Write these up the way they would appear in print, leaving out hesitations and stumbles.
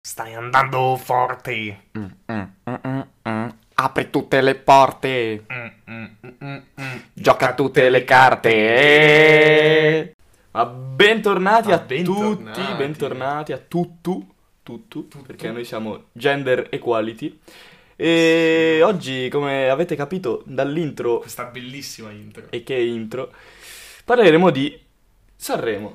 Stai andando forte. Apri tutte le porte, gioca tutte le carte. Ma bentornati a tutti, bentornati a tutto, perché noi siamo Gender Equality. E oggi, come avete capito dall'intro, Questa bellissima intro. e che intro, parleremo di Sanremo.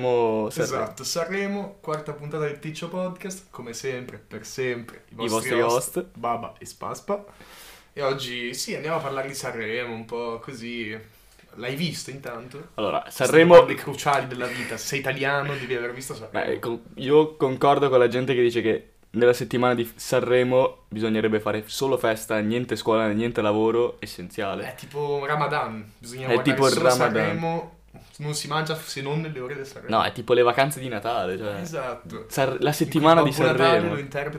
Esatto, Sanremo, quarta puntata del Ticcio Podcast, come sempre, per sempre, I vostri host. Baba e Spaspa. E oggi, sì, andiamo a parlare di Sanremo, un po' così. L'hai visto intanto? Allora, Sono Sanremo. domande cruciali della vita. Se sei italiano, devi aver visto Sanremo. Io concordo con la gente che dice che nella settimana di Sanremo bisognerebbe fare solo festa, niente scuola, niente lavoro, essenziale. È tipo Ramadan, bisogna È guardare tipo il solo Ramadan. Sanremo, non si mangia se non nelle ore del Sanremo. No, è tipo le vacanze di Natale, cioè Esatto. la settimana di In cui Babbo Natale Sanremo. lo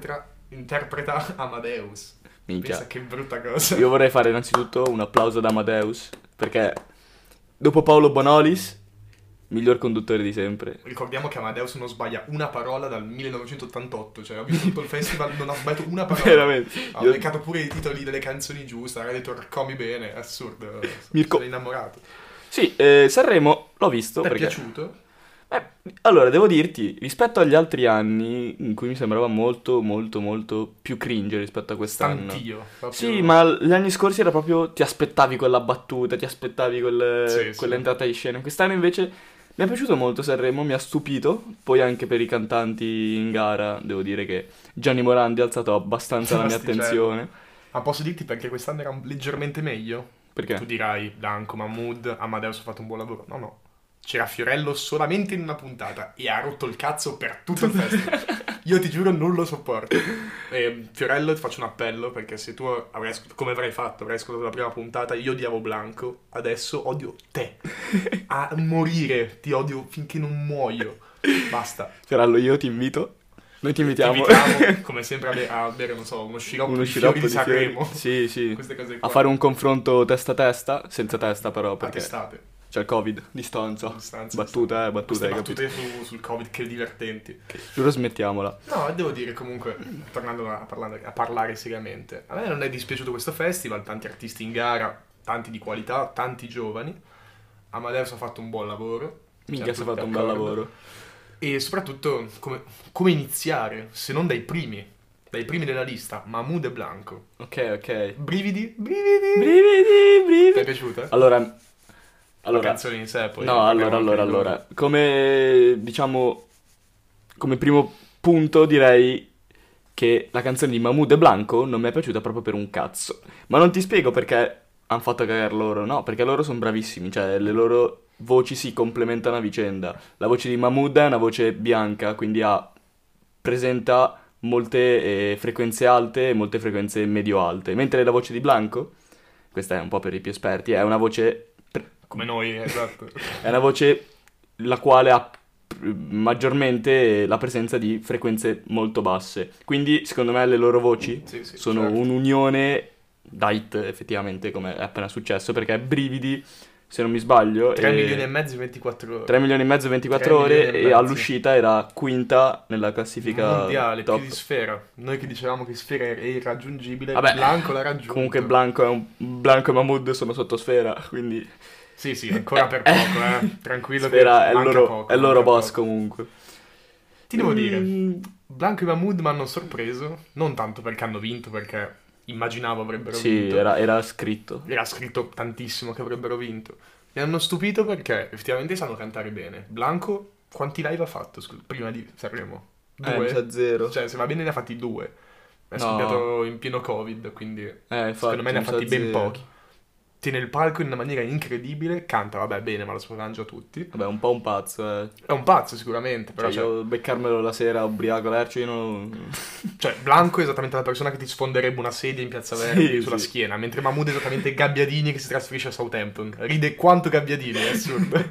interpreta Amadeus. Minchia. Pensa che brutta cosa. Io vorrei fare innanzitutto un applauso ad Amadeus, perché dopo Paolo Bonolis, miglior conduttore di sempre. Ricordiamo che Amadeus non sbaglia una parola dal 1988, cioè ha visto tutto il festival, non ha sbagliato una parola. Veramente. Ha Io- beccato pure i titoli delle canzoni giuste, ha detto raccomi bene, è assurdo. Mirko. Sono innamorato. Sì, Sanremo l'ho visto Ti è perché... piaciuto? Allora, devo dirti, rispetto agli altri anni, in cui mi sembrava molto, molto, molto più cringe rispetto a quest'anno. Stantio. Proprio... Sì, ma gli anni scorsi era proprio, ti aspettavi quella battuta, ti aspettavi Sì, sì. quell'entrata di scena. Quest'anno invece mi è piaciuto molto Sanremo, mi ha stupito. Poi anche per i cantanti in gara, devo dire che Gianni Morandi ha alzato abbastanza la mia Masticello. attenzione. Ma posso dirti perché quest'anno era leggermente meglio? Tu Perché? dirai, Blanco, Mahmood, Amadeus ha fatto un buon lavoro. No, no. C'era Fiorello solamente in una puntata e ha rotto il cazzo per tutto il festival. Io ti giuro non lo sopporto. Fiorello, ti faccio un appello perché se tu come avrai fatto, avrai ascoltato la prima puntata, io odiavo Blanco, adesso odio te. A morire, ti odio finché non muoio. Basta. Ferallo, io ti invito. Noi ti invitiamo. Ti invitiamo, come sempre, a bere, non so, uno sciroppo Uno di sciroppo fiori di di fiori. Sanremo. Sì, sì. Queste cose A qua. fare un confronto testa a testa, senza testa però, A perché testate. c'è il Covid, distanza. Distanza, Battuta, Queste hai capito? battute sul Covid, che divertenti. Giuro smettiamola. No, devo dire comunque, tornando a parlare seriamente, a me non è dispiaciuto questo festival, tanti artisti in gara, tanti di qualità, tanti giovani. Amadeus ha fatto un buon lavoro. Minchia, si è siamo tutti fatto un bel d'accordo. lavoro. E soprattutto come iniziare, se non dai primi della lista, Mahmood e Blanco. Ok. Brividi? Brividi. Ti è piaciuta? Allora, La canzone in sé, poi. no, parliamo anche di loro. allora. Come, diciamo, come primo punto direi che la canzone di Mahmood e Blanco non mi è piaciuta proprio per un cazzo. Ma non ti spiego perché hanno fatto cagare loro, no? Perché loro sono bravissimi, cioè le loro voci si complementano a vicenda. La voce di Mahmood è una voce bianca, quindi presenta molte frequenze alte e molte frequenze medio-alte. Mentre la voce di Blanco, questa è un po' per i più esperti, è una voce... Come noi, esatto. È una voce la quale ha maggiormente la presenza di frequenze molto basse. Quindi, secondo me, le loro voci Sì, sì, sono certo. un'unione da hit, effettivamente, come è appena successo, perché Brividi, se non mi sbaglio... 3 milioni e mezzo in 24 ore. 3 milioni e mezzo in 24 3 ore milioni e e mezzo. all'uscita era quinta nella classifica Mondiale, top. più di Sfera. Noi che dicevamo che Sfera era irraggiungibile, Vabbè, Blanco l'ha raggiunto. Comunque Blanco e Mahmood sono sotto Sfera, quindi... Sì, ancora per poco, Tranquillo Sfera che è manca loro, poco. è loro manca boss poco. comunque. Ti devo dire, Mm, Blanco e Mahmood mi hanno sorpreso, non tanto perché hanno vinto, perché immaginavo avrebbero Sì, vinto. era scritto. Era scritto tantissimo che avrebbero vinto. Mi hanno stupito perché effettivamente sanno cantare bene. Blanco, quanti live ha fatto prima di Sanremo? Mi 2? sa zero. Cioè, se va bene ne ha fatti 2. È No. scoppiato in pieno Covid, quindi Infatti, secondo me ne ha mi sa fatti ben zero. pochi. Tiene il palco in una maniera incredibile, canta, vabbè, bene, ma lo sapevano già tutti. Vabbè, un po' un pazzo, eh. È un pazzo sicuramente, però Cioè, io beccarmelo la sera ubriaco all'ercio, io non... cioè, Blanco è esattamente la persona che ti sfonderebbe una sedia in Piazza Verdi Sì, sulla sì. schiena, mentre Mahmood è esattamente Gabbiadini che si trasferisce a Southampton. Ride quanto Gabbiadini, è assurdo.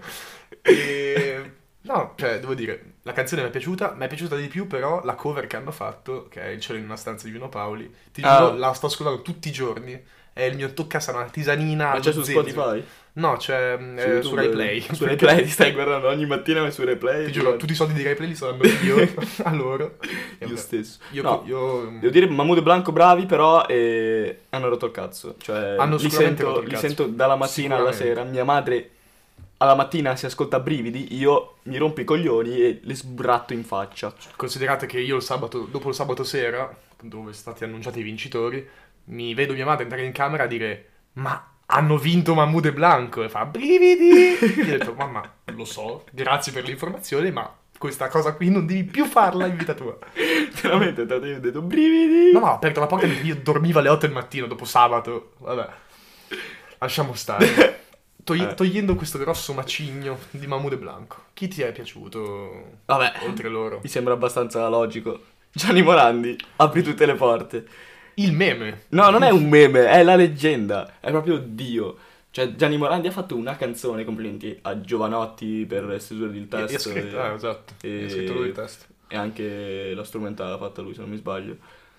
No, cioè, devo dire, la canzone mi è piaciuta di più però la cover che hanno fatto, che è Il cielo in una stanza di Pino Paoli, ti giuro, la sto ascoltando tutti i giorni, è il mio toccasana, una tisanina. Ma c'è su zenzero. Spotify? No, c'è su YouTube? Rai Play. Su Rai Play ti stai guardando ogni mattina ma su Rai Play? Ti giuro, tutti i soldi di Rai Play li sto dando io a loro. E Io vabbè. stesso. Io, No, io- devo dire Mahmood e Blanco bravi, però hanno rotto il cazzo. Cioè, Hanno sicuramente rotto il li cazzo. sento dalla mattina alla Sicuramente. sera. Mia madre alla mattina si ascolta brividi, io mi rompo i coglioni e le sbratto in faccia. Considerate che io il sabato, dopo il sabato sera, dove sono stati annunciati i vincitori, mi vedo mia madre entrare in camera a dire: ma hanno vinto Mahmood e Blanco? E fa brividi. Io ho detto: mamma, lo so, grazie per l'informazione, ma questa cosa qui non devi più farla in vita tua. Veramente, io ho detto brividi. No, ho aperto la porta mentre io dormivo alle 8 del mattino dopo sabato. Vabbè, lasciamo stare. Togliendo questo grosso macigno di Mahmood e Blanco, chi ti è piaciuto Vabbè, oltre loro? mi sembra abbastanza logico. Gianni Morandi, apri tutte le porte. Il meme. No, non è un meme, è la leggenda, è proprio Dio. Cioè, Gianni Morandi ha fatto una canzone, complimenti a Giovanotti per stesura del E ha testo. scritto, esatto. e- Ha scritto lui il testo. E anche la strumentale l'ha fatta lui, se non mi sbaglio.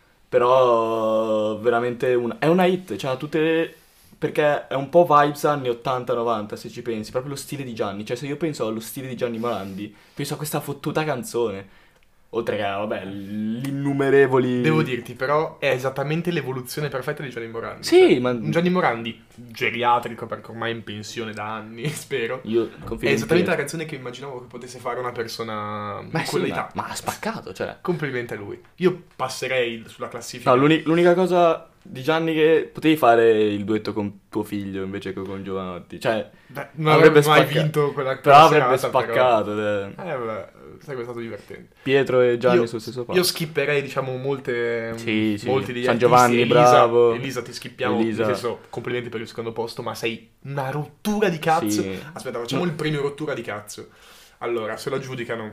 Però veramente è una hit, cioè ha tutte le... Perché è un po' vibes anni 80-90 se ci pensi, proprio lo stile di Gianni. Cioè se io penso allo stile di Gianni Morandi, penso a questa fottuta canzone. Oltre che, vabbè, l'innumerevoli... Devo dirti, però, è esattamente l'evoluzione perfetta di Gianni Morandi. Sì, Cioè, ma... un Gianni Morandi geriatrico, perché ormai è in pensione da anni, spero. Io È confido in esattamente la te. canzone che immaginavo che potesse fare una persona Ma di sì, quella ma, età. ma ha spaccato, cioè... Complimenti a lui. Io passerei sulla classifica. No, l'unica cosa di Gianni che potevi fare il duetto con tuo figlio invece che con Giovanotti. Cioè, Beh, non avrebbe avrebbe mai spacca- vinto quella però serata, avrebbe spaccato. Vabbè, sarebbe stato divertente. Pietro e Gianni Io- sul stesso Io palco. skipperei, diciamo, molti Sì. degli San artisti. Giovanni, Elisa, bravo. Elisa, ti skippiamo. Elisa. Nel senso, complimenti per il secondo posto, ma sei una rottura di cazzo. Sì. Aspetta, facciamo No. il premio rottura di cazzo. Allora, se lo giudicano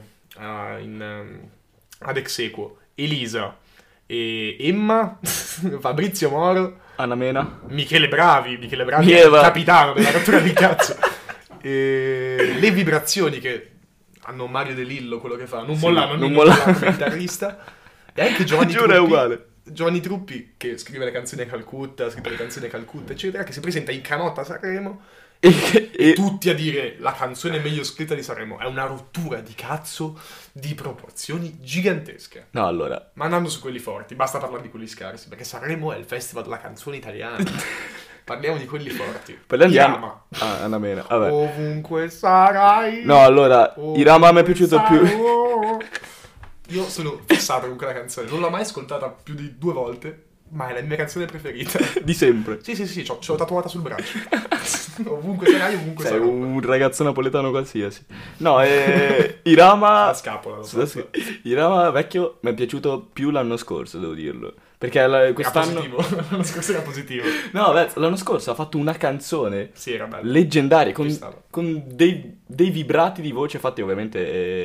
ad ex equo Elisa e Emma, Fabrizio Moro, Anna Mena. Michele Bravi, Michele è il Bravi. capitano della rottura di cazzo. E le vibrazioni che hanno Mario De Lillo, quello che fa, non Sì, mollano, non il mollano. chitarrista. E anche Giovanni Giuro, è Truppi. uguale. Giovanni Truppi, che scrive le canzoni a Calcutta, ha scritto le canzoni a Calcutta, eccetera, che si presenta in canotta a Sanremo. E Tutti a dire la canzone meglio scritta di Sanremo. È una rottura di cazzo di proporzioni gigantesche. no, allora, Ma andando su quelli forti, basta parlare di quelli scarsi, perché Sanremo è il festival della canzone italiana. Parliamo di quelli forti. parliamo di Irama. Anna Mena. Vabbè. Ovunque sarai. No, allora, Irama mi è piaciuto più. Io sono fissato con quella canzone. Non l'ho mai ascoltata più di 2 volte, ma è la mia canzone preferita. Di sempre. Sì, ce l'ho tatuata sul braccio. Ovunque sarai, ovunque Sei sarai. un ragazzo napoletano qualsiasi. No, Irama... La scapola, lo so. Sì. Irama vecchio mi è piaciuto più l'anno scorso, devo dirlo. Perché Era quest'anno... positivo. L'anno scorso era positivo. No, beh, l'anno scorso ha fatto una canzone Sì, era bello. leggendaria Ci stava. con dei vibrati di voce fatti ovviamente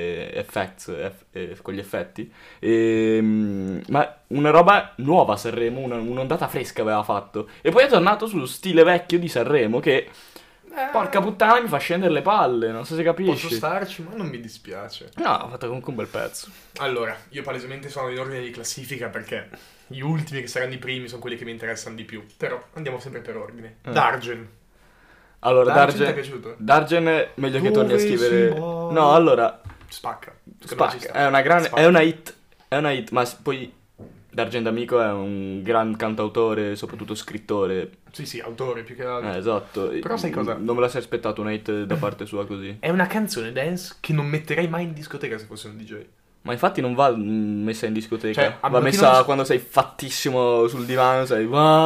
con gli effetti. Ma una roba nuova a Sanremo, un'ondata fresca aveva fatto. E poi è tornato sullo stile vecchio di Sanremo che... Porca puttana, mi fa scendere le palle, non so se Posso capisci. starci, ma non mi dispiace. No, ha fatto comunque un bel pezzo. Allora, io palesemente sono in ordine di classifica perché gli ultimi che saranno i primi sono quelli che mi interessano di più. Però andiamo sempre per ordine. Dargen. Allora, Dargen ti è piaciuto? Dargen è meglio che torni a Dove scrivere... si va? No, allora, Spacca. Secondo me ci spacca, sta. è una grande... Spacca. È una hit, ma poi Dargen D'Amico è un gran cantautore, soprattutto scrittore. Sì, autore più che altro. Esatto. Però sai cosa? Non me la sei aspettato una hit da parte sua così. È una canzone dance che non metterei mai in discoteca se fossi un DJ. Ma infatti non va messa in discoteca. Cioè, a va meno che messa non- quando sei fattissimo sul divano, sei...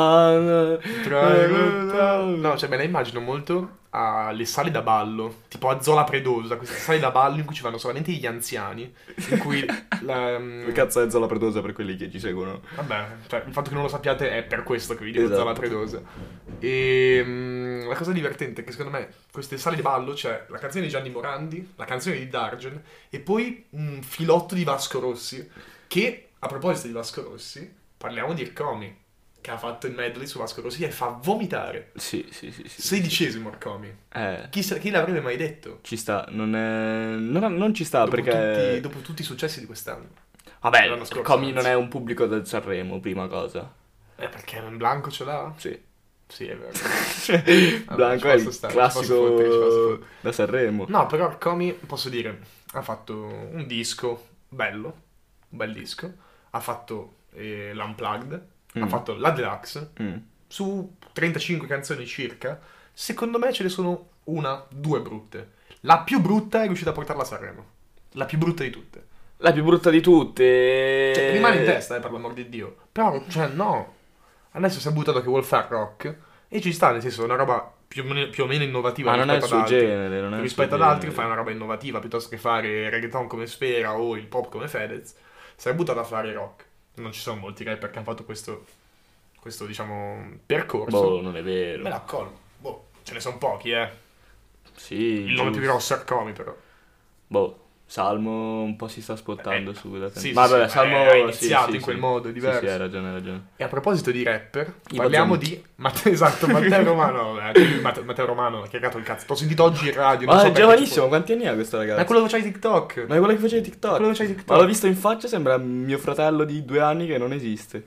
No, cioè me la immagino molto alle sale da ballo, tipo a Zola Predosa, queste sale da ballo in cui ci vanno solamente gli anziani, in cui Che cazzo è Zola Predosa per quelli che ci seguono? vabbè, cioè il fatto che non lo sappiate è per questo che vi dico Esatto. Zola Predosa. E la cosa divertente è che secondo me queste sale di ballo c'è la canzone di Gianni Morandi, la canzone di Dargen e poi un filotto di Vasco Rossi che, a proposito di Vasco Rossi, parliamo di Ercomi, che ha fatto il medley su Vasco Rossi e fa vomitare. Sì. 16esimo Ercomi. Chi l'avrebbe mai detto? Ci sta, non ci sta perché... Dopo tutti i successi di quest'anno. Vabbè, l'anno scorso, Comi anzi. non è un pubblico del Sanremo, prima cosa. Perché in Blanco ce l'ha? Sì. Sì, è vero. Blanco Vabbè, è ci il posso stare, ci posso classico fottere, ci posso fottere. da Sanremo. No, però Arcomi, posso dire, ha fatto un disco bello, un bel disco, ha fatto l'Unplugged, ha Mm. fatto la Deluxe, Mm. su 35 canzoni circa, secondo me ce ne sono una, due brutte. La più brutta è riuscita a portarla a Sanremo. La più brutta di tutte. La più brutta di tutte. Cioè, rimane in testa, per l'amor di Dio. Però, cioè, no. Adesso si è buttato che vuol fare rock e ci sta, nel senso, è una roba più o meno innovativa Ma non è il rispetto ad suo altri. genere, non è il Rispetto suo ad altri genere. fai una roba innovativa piuttosto che fare reggaeton come Sfera o il pop come Fedez. Si è buttato a fare rock. Non ci sono molti rapper che hanno fatto questo diciamo, percorso. Boh, non è Me vero. la accolgo. Boh, ce ne sono pochi, eh. Sì, Il nome più giusto. grosso è Arcomi, però. Boh, Salmo un po' si sta spottando su da sì, Ma sì, vabbè, sì, Salmo ha sì, iniziato sì, in quel sì. modo, è Sì, diverso. sì, hai ragione, hai ragione. E a proposito di rapper, I parliamo Bozzanti. di esatto, Matteo Romano. Matteo Romano ha cagato il cazzo. L'ho sentito oggi in radio. Non Ma so è perché giovanissimo, ci quanti anni ha questo può- Ma è ragazzo? quello che c'hai TikTok. Ma è quello che faceva TikTok. Quello che c'hai TikTok. Ma l'ho visto in faccia, sembra mio fratello di 2 anni che non esiste.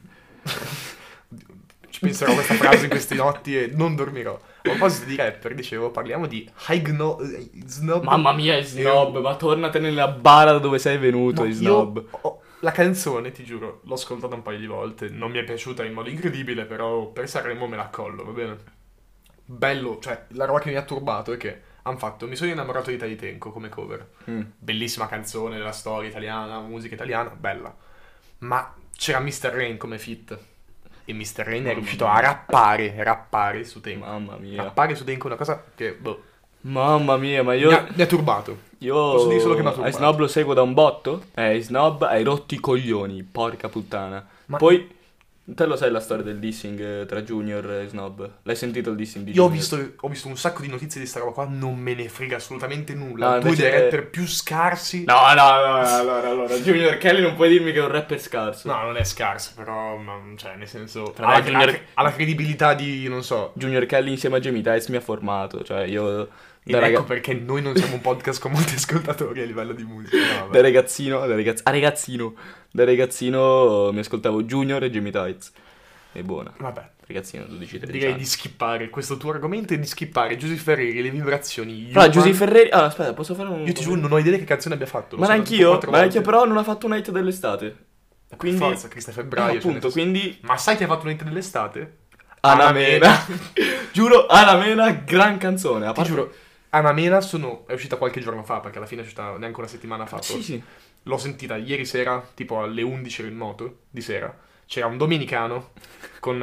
Ci penserò a questa frase in questi notti e non dormirò. A proposito di rapper, dicevo, parliamo di Snob. Mamma mia, è snob, ma tornate nella bara da dove sei venuto, No, è snob. la canzone, ti giuro, l'ho ascoltata un paio di volte. Non mi è piaciuta in modo incredibile, però per Sanremo me la collo, va bene? Bello, cioè, la roba che mi ha turbato è che hanno fatto Mi sono innamorato di Tenco come cover. Mm. Bellissima canzone della storia italiana, musica italiana, bella. Ma c'era Mr. Rain come feat. E Mr. Rain è Mamma riuscito mia. a rappare su Tenco. Mamma mia. Rappare su Tenco è una cosa che, boh, Mamma mia, ma mi ha turbato. io Posso dire solo che mi ha ai turbato. snob lo seguo da un botto. Ai snob hai rotto i coglioni, porca puttana. Ma Poi, te lo sai la storia del dissing tra Junior e Snob? L'hai sentito il dissing di io Junior? ho visto un sacco di notizie di sta roba qua, non me ne frega assolutamente nulla. No, Due invece- dei rapper più scarsi. No, allora, Junior Kelly non puoi dirmi che è un rapper scarso. No, non è scarso, però, cioè, nel senso, Però dai, ha la credibilità di, non so. Junior Kelly insieme a Jamie Tights mi ha formato, cioè io Ed da, ecco perché noi non siamo un podcast con molti ascoltatori a livello di musica. No, da ragazzino mi ascoltavo Junior e Jamie Tights. È buona. vabbè. Ragazzino, 12-13 Direi anni. di skippare questo tuo argomento e di skippare Giuseppe Ferreri, le vibrazioni. Allora, Human. Giuseppe Ferreri... Ah, aspetta, posso fare un... Io ti giuro, non ho idea che canzone abbia fatto. Lo Ma so, neanch'io, quattro volte. però non ha fatto un hit dell'estate. Quindi... Forza, Cristian Febbraio. cioè, appunto, nel senso- quindi... Ma sai che ha fatto un hit dell'estate? Anna Mena. Giuro, Anna Mena, gran canzone. A Ti parte- giuro, Anna Mena è uscita qualche giorno fa, perché alla fine è uscita neanche una settimana fa. Sì, sì. L'ho sentita ieri sera, tipo alle 11 ero in moto, di sera. C'era un domenicano con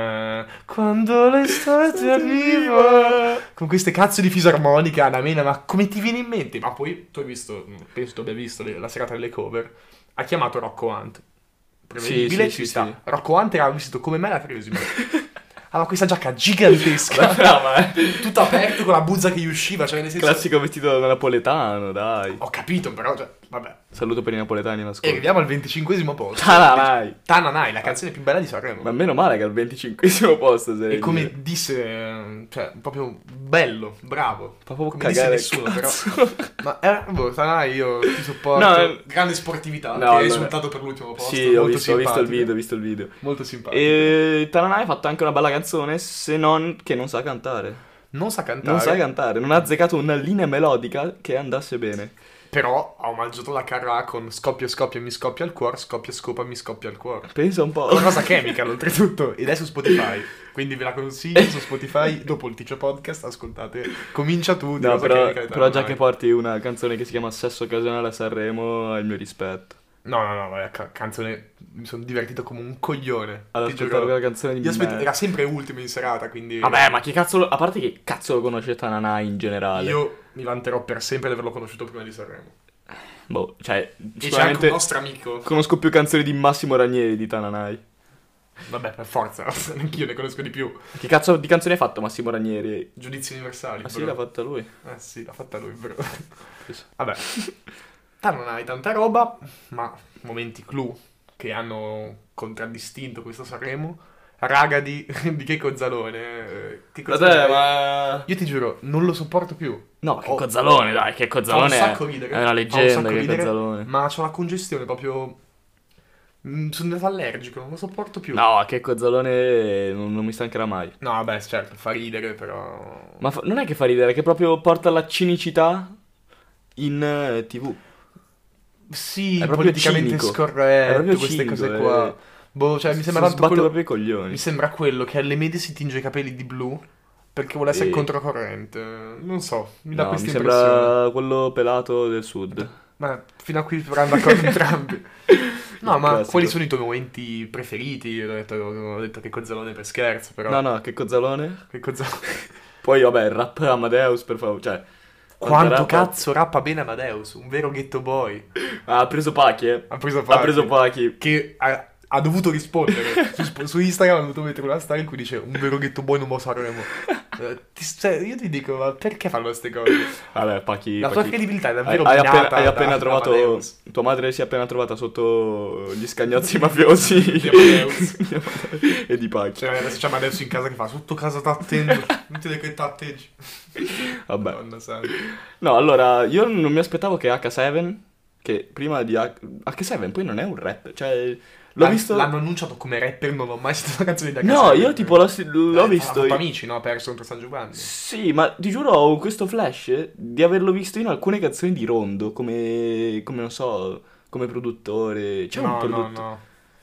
Quando l'estate arriva, con queste cazzo di fisarmonica, Anna Mena, ma come ti viene in mente? Ma poi tu hai visto, penso tu abbia visto la serata delle cover, ha chiamato Rocco Hunt. Prevedibile, Sì, ci sì, sta. sì. Rocco Hunt era vestito come me la cresima. Aveva questa giacca gigantesca, No, ma... tutto aperto con la buzza che gli usciva, cioè nel senso... Classico vestito da napoletano, dai. Ho capito, però, cioè, vabbè. Saluto per i napoletani in E ascolto. arriviamo al 25esimo posto. Tananai. Tananai, la canzone più bella di Sanremo. Ma meno male che al 25esimo posto sei. E come disse, cioè, proprio bello, bravo. Proprio Come disse cagare nessuno, il però. cazzo. Ma, boh, Tananai, io ti sopporto. No, Grande sportività, no, che allora- hai risultato per l'ultimo posto. Sì, ho molto visto il simpatico. video, ho visto il video. Molto simpatico. E Tananai ha fatto anche una bella canzone, se non che non sa cantare. Non sa cantare, Non sa cantare, non ha azzeccato una linea melodica che andasse bene. però ha omaggiato la Carrà con scoppia scoppia mi scoppia il cuore, scoppia scopa mi scoppia il cuore. Pensa un po'. Una cosa chemical oltretutto, ed è su Spotify, quindi ve la consiglio su Spotify, dopo il Ticcio Podcast, ascoltate, comincia tu di No, Rosa però, Chemical e però già Tananai. che porti una canzone che si chiama Sesso occasionale a Sanremo, hai il mio rispetto. No, vabbè, canzone, mi sono divertito come un coglione, Ad ti ascoltare giuro. quella canzone di Io aspetto, merda. era sempre ultimo in serata, quindi Vabbè, ma chi cazzo a parte che cazzo lo conosce Tananai in generale? io mi vanterò per sempre di averlo conosciuto prima di Sanremo. Boh, cioè, E c'è anche un sicuramente nostro amico, conosco più canzoni di Massimo Ranieri di Tananai. vabbè, per forza, anch'io ne conosco di più. Che cazzo di canzoni hai fatto Massimo Ranieri? Giudizi universali, Ah sì, bro. l'ha fatta lui. Sì, l'ha fatta lui, bro. Vabbè, non hai tanta roba, ma momenti clou che hanno contraddistinto questo Sanremo. Raga di Checco Zalone. Checco Zalone. ma... Io ti giuro, non lo sopporto più. No, che Ho- Cozzalone, dai, che Fa un Cozzalone sacco ridere. è una fa un leggenda, sacco che ridere, Cozzalone. ma c'ho la congestione proprio Sono diventato allergico, non lo sopporto più. No, che Cozzalone non mi stancherà mai. No, vabbè, certo, fa ridere, però... Ma non è che fa ridere, che proprio porta la cinicità in TV. Sì, È proprio politicamente cinico. È scorretto, proprio queste cinico, cose qua. Boh, cioè, mi sembra tanto sbatte quello... proprio i coglioni. Mi sembra quello che alle medie si tinge i capelli di blu perché vuole essere E... controcorrente. Non so, mi dà No, mi questa impressione. sembra quello pelato del sud. Ma fino a qui saranno d'accordo entrambi. No, Il ma classico. quali sono i tuoi momenti preferiti? Ho detto che Cozzalone per scherzo, però... No, no, che Cozzalone. Che cosa... Poi, vabbè, il rap Amadeus, per favore. Cioè, Quanto rap- cazzo rappa bene Amadeus, un vero ghetto boy. Ha preso Pachi, Ha preso Ha Pachi. preso Pachi. Che ha dovuto rispondere. Su Instagram ha dovuto mettere una storia in cui dice un vero ghetto boy non lo saremo. Cioè, io ti dico, ma perché fanno queste cose? Vabbè, Pachi. La sua Pachi. credibilità è davvero Hai minata hai da appena trovato. Amadeus. Tua madre si è appena trovata sotto gli scagnozzi mafiosi Di Amadeus. e di Pachi. Cioè, adesso c'è Amadeus in casa che fa sotto casa t'attendo. Non ti che t'atteggi. Vabbè. Madonna santa. No, allora, io non mi aspettavo che H7, che prima di H7 poi non è un rap, cioè, l'ho visto... L'hanno annunciato come rapper, non ho mai sentito una canzone di No, HSM. io tipo l'ho visto... Ha fatto Amici, no? Perso contro San Giovanni. Sì, ma ti giuro ho questo flash di averlo visto in alcune canzoni di Rondo, come non so, come produttore. C'è un No, produttore... no.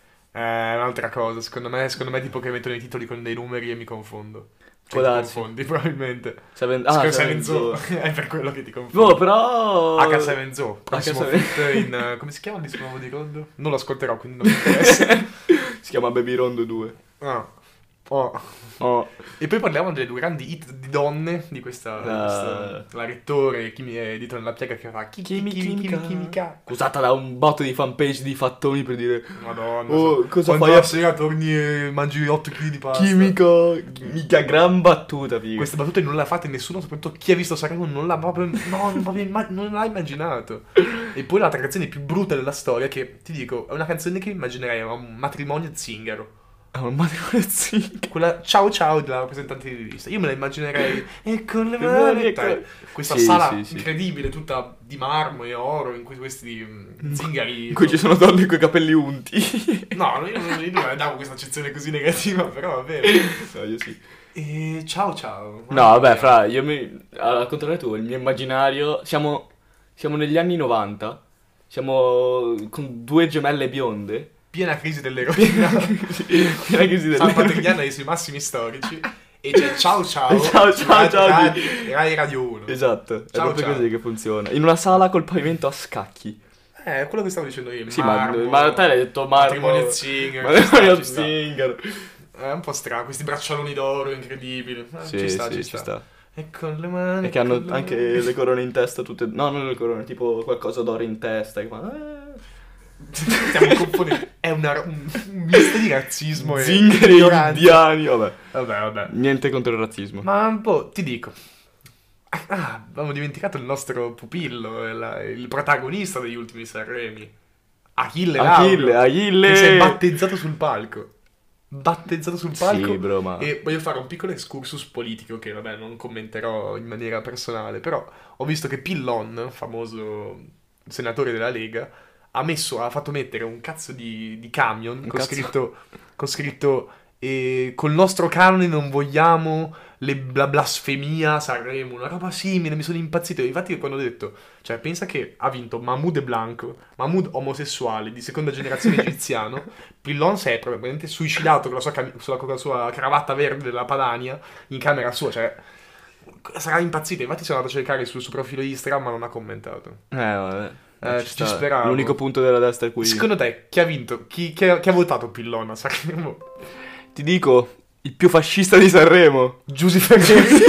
È un'altra cosa. Secondo me è tipo che mettono i titoli con dei numeri e mi confondo. Può Ti darsi. confondi, probabilmente. Seven... Seven Seven Zoo. Zoo. È per quello che ti confondo. No, però... H7 Zoo. Prossimo H7. fit in... come si chiama il disco nuovo di Rondo? Non lo ascolterò, quindi non mi interessa. Si chiama Baby Rondo 2. Ah. Oh. Oh. E poi parliamo delle due grandi hit di donne di questa la Rettore, Dito nella piega che fa chimica. Usata da un botto di fanpage di fattoni per dire Madonna. oh, cosa quando fai la a sera torni e mangi 8 kg di pasta. chimica? Mica gran battuta, figa. Queste battute non le ha fatte nessuno, soprattutto chi ha visto Sanremo non l'ha proprio, no, non l'ha immaginato. E poi l'altra canzone più brutta della storia, che ti dico, è una canzone che immaginerei a un matrimonio zingaro. Ah, un matrimonio zinc. Quella ciao ciao della rappresentante di lista. Io me la immaginerei e con le Le mani, mani. Dai, questa Sì, sala sì, sì. incredibile, tutta di marmo e oro, in cui questi zingari. In cui ci sono donne con i capelli unti. No, io non davo questa accezione così negativa, però va bene. No, io sì. E ciao ciao. No, vabbè, fra, al contrario tu, il mio immaginario, siamo negli anni 90, siamo con due gemelle bionde. Piena crisi dell'eroina. Piena crisi San del... Patrignano ai suoi massimi storici. E c'è ciao ciao. Ciao, ciao, ciao. Rai Radio 1. Esatto, è Ciao, proprio ciao. così che funziona. In una sala col pavimento a scacchi. Quello che stavo dicendo io. Sì, marmo, ma te l'hai detto marmo. matrimonio zingaro. Matrimonio ci sta. zingaro. È un po' strano, questi braccialoni d'oro incredibili. Sì, Ci sta, sì, ci ci sta. sta. E con le mani. E che hanno con le anche mani. le corone in testa tutte... No, non le corone, tipo qualcosa d'oro in testa. Che fa... Stiamo confondendo. È un misto di razzismo e Zingari ignoranza. indiani, vabbè. Vabbè. Niente contro il razzismo. Ma un po', ti dico. Avevamo dimenticato il nostro pupillo, il protagonista degli ultimi Sanremi. Achille Lauro. Achille. Che si è battezzato sul palco. Battezzato sul palco. Sì, bro, ma... E voglio fare un piccolo excursus politico che, vabbè, non commenterò in maniera personale, però ho visto che Pillon, famoso senatore della Lega, ha fatto mettere un cazzo di camion con scritto col nostro canone non vogliamo la blasfemia a Sanremo, una roba simile, mi sono impazzito. Infatti quando ho detto, cioè pensa che ha vinto Mahmoud e Blanco, Mahmoud omosessuale di seconda generazione egiziano, Pillon si è probabilmente suicidato con la sua cravatta verde della Padania in camera sua, cioè sarà impazzito. Infatti sono andato a cercare sul suo profilo di Instagram ma non ha commentato. vabbè. Ci speravo. L'unico punto della destra è qui. Secondo te chi ha vinto? Chi ha votato Pillon a Sanremo? Ti dico, il più fascista di Sanremo. Giuseppe Ferreri.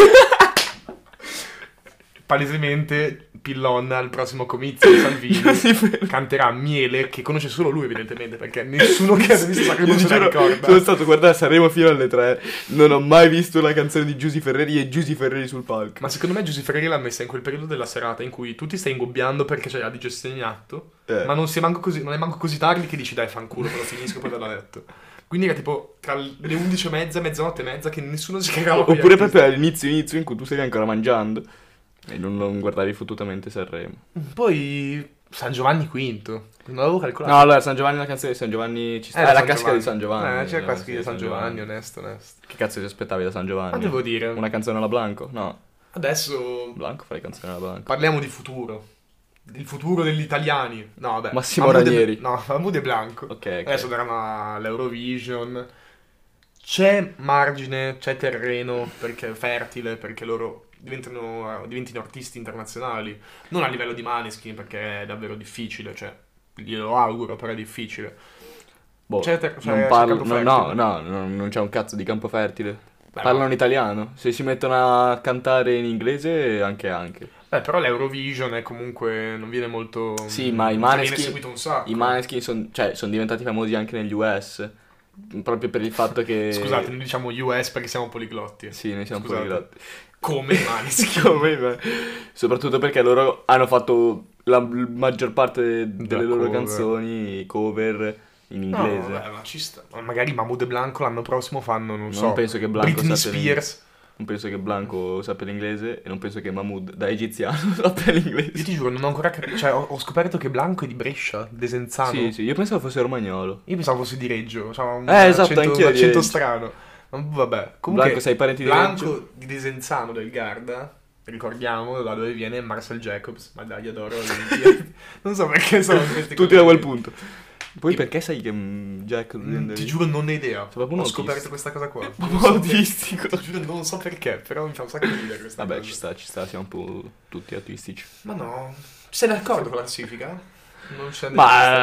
Palesemente Pillon al prossimo comizio di Salvini canterà Miele, che conosce solo lui evidentemente, perché nessuno che ha visto Sanremo Io ti se la giuro, ricorda. sono stato a guardare Sanremo fino alle 3. Non ho mai visto la canzone di Giusy Ferreri e Giusy Ferreri sul palco. Ma secondo me Giuseppe Ferreri l'ha messa in quel periodo della serata in cui tu ti stai ingobbiando perché c'è la digestione in atto, ma non è manco così tardi che dici dai fanculo, me lo finisco poi te l'ha detto. Quindi era tipo tra le 11:30 e mezzanotte e mezza che nessuno si cagava. Oppure proprio all'inizio in cui tu stavi ancora mangiando. E non guardavi fottutamente Sanremo. Poi San Giovanni quinto. Non l'avevo calcolato. No, allora, San Giovanni, la canzone di San Giovanni ci sta. da la San classica di Giovanni. San Giovanni. C'è la classica sì, di San San Giovanni, onesto. Che cazzo ti aspettavi da San Giovanni? Ma devo dire, Una canzone alla Blanco? No, adesso Blanco fa le canzoni alla Blanco. parliamo di futuro. Il futuro degli italiani. No, vabbè. Massimo Mahmood e- Ranieri. No, Mahmood e Blanco. Ok, Adesso daranno all'Eurovision. C'è margine, c'è terreno perché fertile, perché loro diventino artisti internazionali. Non a livello di Maneskin, perché è davvero difficile, cioè, glielo auguro, però è difficile. Boh, C'è non parlo... campo non c'è un cazzo di campo fertile. Beh, Parlano no. italiano. Se si mettono a cantare in inglese, anche. Però l'Eurovision è comunque, non viene molto... Sì, ma i viene Maneskin... seguito un sacco. I Maneskin sono diventati famosi anche negli US. Proprio per il fatto che... Scusate, noi diciamo US perché siamo poliglotti. Sì, noi siamo Scusate. poliglotti. Come i Maneskin. Soprattutto perché loro hanno fatto la maggior parte delle loro cover. canzoni cover in No, inglese. vabbè, ma ci sta. Ma magari Mahmood e Blanco l'anno prossimo fanno, non so, Non penso che Blanco Britney sappia Spears. Non penso che Blanco sappia l'inglese e non penso che Mahmood da egiziano sappia Io l'inglese. ti giuro, non ho ancora capito. Cioè, ho scoperto che Blanco è di Brescia, Desenzano. Sì, io pensavo fosse romagnolo. Io pensavo fosse di Reggio. Cioè, un Esatto, accento, anch'io un di accento Reggio. strano. Ma vabbè. Comunque, Blanco, sei parenti di Reggio? Blanco di Desenzano del Garda. Ricordiamo da dove viene Marcel Jacobs, medaglia d'oro alle Olimpiadi. Non so perché sono questi Tutti da quel punto. Poi perché sai che Jack... Ti giuro, non ne ho idea. proprio un Ho autista. scoperto questa cosa qua. Proprio Non so autistico. Ti giuro, non so perché, però mi fa un sacco ridere questa Vabbè, cosa. ci sta, siamo un po' tutti autistici. Ma no, sei d'accordo con la classifica? Non c'è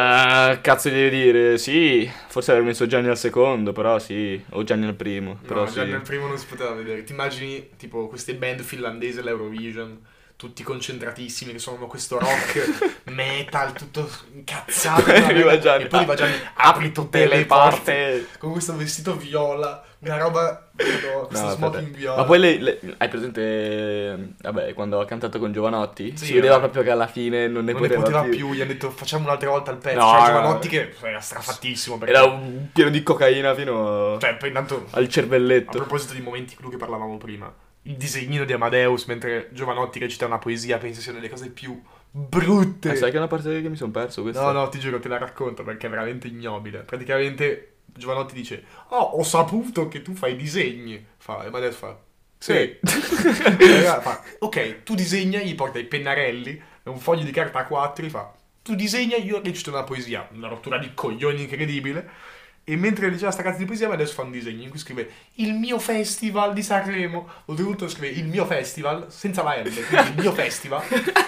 Ma cazzo devi dire? Sì, forse aver messo Gianni al secondo, però sì, o Gianni al primo, però No, sì. già nel primo non si poteva vedere. Ti immagini, tipo, queste band finlandesi all'Eurovision, tutti concentratissimi, che sono questo rock metal, tutto incazzato. Arriva Gianni. E poi arriva Gianni, apri tutte le porte, con questo vestito viola, una roba, questo No, smoking aspetta. viola. Ma poi hai presente, vabbè, quando ha cantato con Giovanotti? Sì, Si vedeva vabbè. proprio che alla fine non ne non ne poteva, poteva più, gli hanno detto facciamo un'altra volta il pezzo. No, Cioè, no, Giovanotti no. che era strafattissimo. Perché... Era un pieno di cocaina fino Cioè, poi intanto... al A cervelletto. proposito di momenti clou che parlavamo prima, il disegnino di Amadeus mentre Giovanotti recita una poesia penso sia delle cose più brutte. Sai che è una parte che mi sono perso questa? No, no, ti giuro, te la racconto perché è veramente ignobile. Praticamente Giovanotti dice: Oh, ho saputo che tu fai disegni. Fa, e Amadeus fa: Sì. E allora fa: Ok, tu disegna, gli porta i pennarelli e un foglio di carta A4, gli fa: Tu disegna, io recito una poesia. Una rottura di coglioni incredibile. E mentre diceva sta cazzo di poesia, adesso fa un disegno in cui scrive il mio festival di Sanremo. Oltretutto scrive il mio festival, senza la M, quindi il mio festival.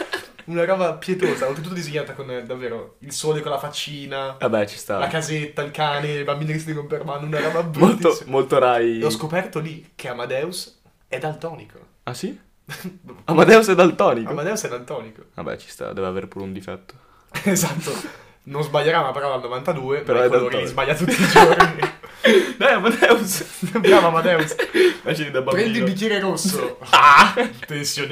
Una roba pietosa, oltretutto disegnata con davvero il sole con la faccina, Vabbè, ci sta. la casetta, il cane, i bambini che si devono per mano, una roba Molto, bruttissima. molto Rai. E ho scoperto lì che Amadeus è daltonico. Ah sì? Amadeus è daltonico? Amadeus è daltonico. Vabbè, ci sta, deve avere pure un difetto. Esatto. Non sbaglierà una parola al 92, Però ma è i colori daltonico. li sbaglia tutti i giorni. Dai, Amadeus! Bravo Amadeus. Immagini da Prendi il bambino. bicchiere rosso. Tensione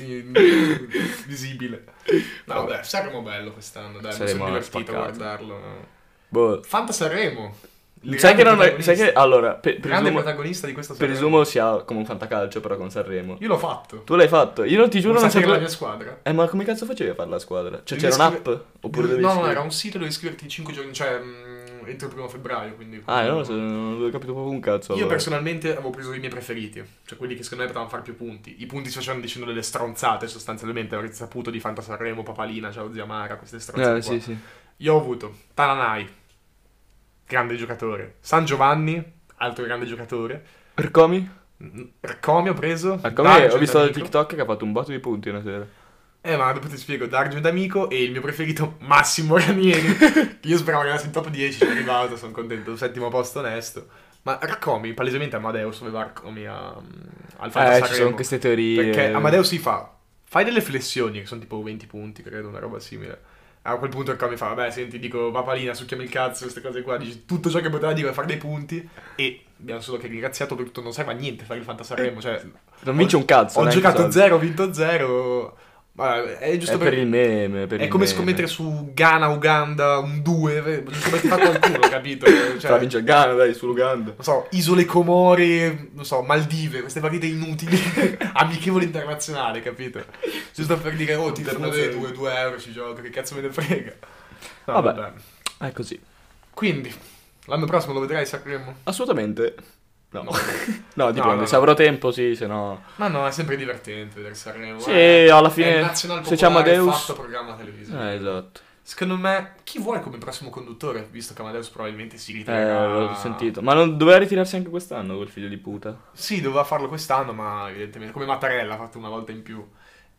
visibile. No, vabbè, Sanremo bello quest'anno, dai, mi Saremo sono divertito a spaccato. guardarlo. Boh. Fanta Sanremo. Il Sai che grande non è, protagonista. sai che allora, Grande protagonista di questo Sanremo. presumo sia come un fantacalcio però con Sanremo. Io l'ho fatto. Tu l'hai fatto? Io non ti giuro Non non sapere la sapevo. mia squadra. Ma come cazzo facevi a fare la squadra? Cioè Devi c'era un'app? iscriver- Oppure dovevi No, no, iscriverti? era un sito dove iscriverti 5 giorni, cioè entro il 1 febbraio, quindi... Ah, io non avevo capito proprio un cazzo. Io allora. personalmente avevo preso i miei preferiti, cioè quelli che secondo me potevano fare più punti. I punti si facevano dicendo delle stronzate sostanzialmente, avrete saputo di Fanta Sanremo, Papalina, Ciao Zia Mara, queste stronzate qua. Sì, sì. Io ho avuto Tananai, grande giocatore. San Giovanni, altro grande giocatore. Ercomi? Rcomi ho preso. Ercomi Dargio ho visto da D'Amico. TikTok che ha fatto un botto di punti una sera. Ma dopo ti spiego, Dargio D'Amico e il mio preferito Massimo Ranieri. Io speravo che andasse in top 10, sono arrivato, sono contento, settimo posto onesto. Ma Rcomi, palesemente Amadeus aveva Rcomi al Fanta Ci Sanremo. sono queste teorie. Perché Amadeus si fa, fai delle flessioni, che sono tipo 20 punti, credo, una roba simile. A quel punto Rcomi fa, vabbè, senti, dico, Papalina, succhiami il cazzo, queste cose qua, dici tutto ciò che poteva dire per fare dei punti, e abbiamo solo che ringraziato, per tutto non serve a niente fare il Fanta Sanremo, cioè... Non vince un cazzo. Ho neanche giocato soldi. 0, ho vinto 0, Vabbè, è giusto È per il meme, è come scommettere su Ghana-Uganda un 2, non scommetti fa qualcuno, capito? Cioè, vince il Ghana, dai, sull'Uganda. Non so, Isole Comori, non so, Maldive, queste partite inutili, amichevole internazionale, capito? Giusto per dire, oh, ti fanno 2 euro, ci gioco, che cazzo me ne frega. No, Vabbè, è così. Quindi, l'anno prossimo lo vedrai, Sanremo? Assolutamente. No, No. no, dipende, no. se avrò tempo sì, se no... Ma no, è sempre divertente vedere Sanremo. Sì, alla fine, è il nazional se c'è popolare Amadeus... fatto programma televisivo. Esatto. Secondo me, chi vuole come prossimo conduttore, visto che Amadeus probabilmente si ritirerà... L'ho sentito. Ma non doveva ritirarsi anche quest'anno quel figlio di puta? Sì, doveva farlo quest'anno, ma evidentemente come Mattarella ha fatto una volta in più.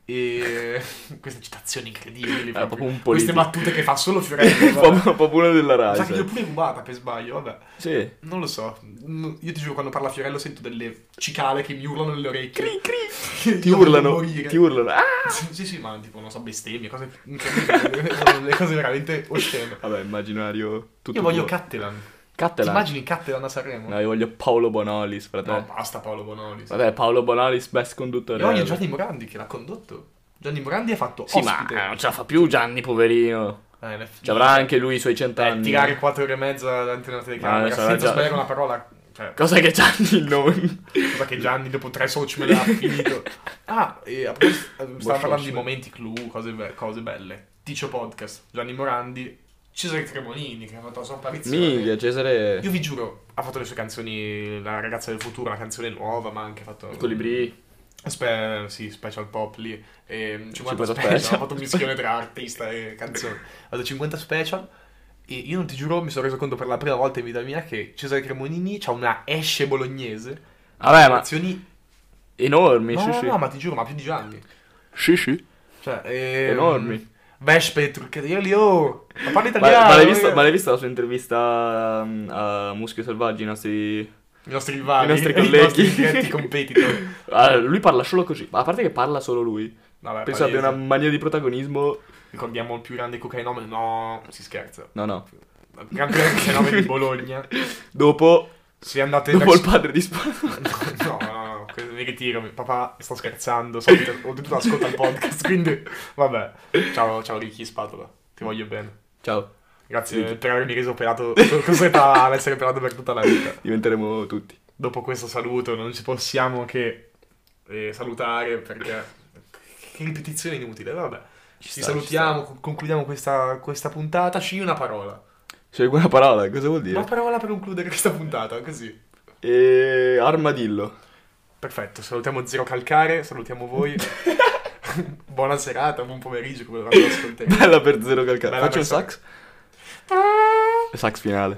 E queste citazioni incredibili, proprio un queste politico. battute che fa solo Fiorello. Proprio uno della Mi sa Rai. che l'ho pure rubata per sbaglio, vabbè. Sì. Non lo so. Io ti giuro, quando parla Fiorello sento delle cicale che mi urlano nelle orecchie. Ti Io voglio urlano, morire. ti urlano. Ah! Sì, ma tipo, non so, bestemmie, cose incredibili. Sono le cose veramente oscene. Vabbè, immaginario tutto Io voglio tuo. Cattelan. Ti Cattelan. immagini Cattelan a Sanremo? No, io voglio Paolo Bonolis, frate. No, basta Paolo Bonolis. Vabbè, Paolo Bonolis, best conduttore. Io voglio ever. Gianni Morandi che l'ha condotto. Gianni Morandi ha fatto Sì, ospite. ma non ce la fa più Gianni, poverino. Ci avrà anche lui i suoi 100 anni. Tirare 4 ore e mezza davanti a una telecamera sarà senza già- sbagliare una parola. Cioè, Cosa che Gianni non... cosa che Gianni dopo 3 soci me l'ha finito. Ah, e a proposito, stavo parlando di Boh, momenti clou, cose belle. Ticio Podcast, Gianni Morandi, Cesare Cremonini che ha fatto la sua apparizione. Minchia, Cesare... Io vi giuro, ha fatto le sue canzoni, La ragazza del futuro, una canzone nuova, ma ha anche fatto... Colibrì. Sì, special pop lì. E 50 50 special. special. Ha fatto un mischione tra artista e canzone. Ha fatto 50 special. E io non ti giuro, mi sono reso conto per la prima volta in vita mia che Cesare Cremonini c'ha una esce bolognese. Vabbè, ma... Azioni... Enormi, No, sì, no, sì. no, ma ti giuro, ma più di Gianni. Sì, sì. Cioè, Enormi. Vespe, turcherie, oh. Ma parli Ma, italiano. ma l'hai vista la sua intervista a Muschio Selvaggi, i nostri... I nostri rivali. I nostri I colleghi. nostri diretti competitor. Lui parla solo così. Ma a parte che parla solo lui. Vabbè, Penso abbia palese. una mania di protagonismo. Ricordiamo il più grande cocainomane. No, si scherza. No. Il grande cocainomane di Bologna. Dopo Se andate il verso... padre di Spagna. No, mi ritiro. Papà, sto scherzando. Ho detto ascolta il podcast, quindi vabbè. Ciao Ricky Spatola. Ti voglio bene. Ciao. Grazie per avermi reso pelato, costretto ad essere pelato per tutta la vita. Diventeremo tutti. Dopo questo saluto non ci possiamo che salutare perché che ripetizione inutile. Vabbè. Ci salutiamo, concludiamo questa puntata. Scegli una parola. C'è una parola, cosa vuol dire? Una parola per concludere questa puntata, così. Armadillo. Perfetto, salutiamo Zero Calcare, salutiamo voi. Buona serata, buon pomeriggio, come lo ascolterete. Bella per zero calcare. Bella Faccio per un sax? Sax finale.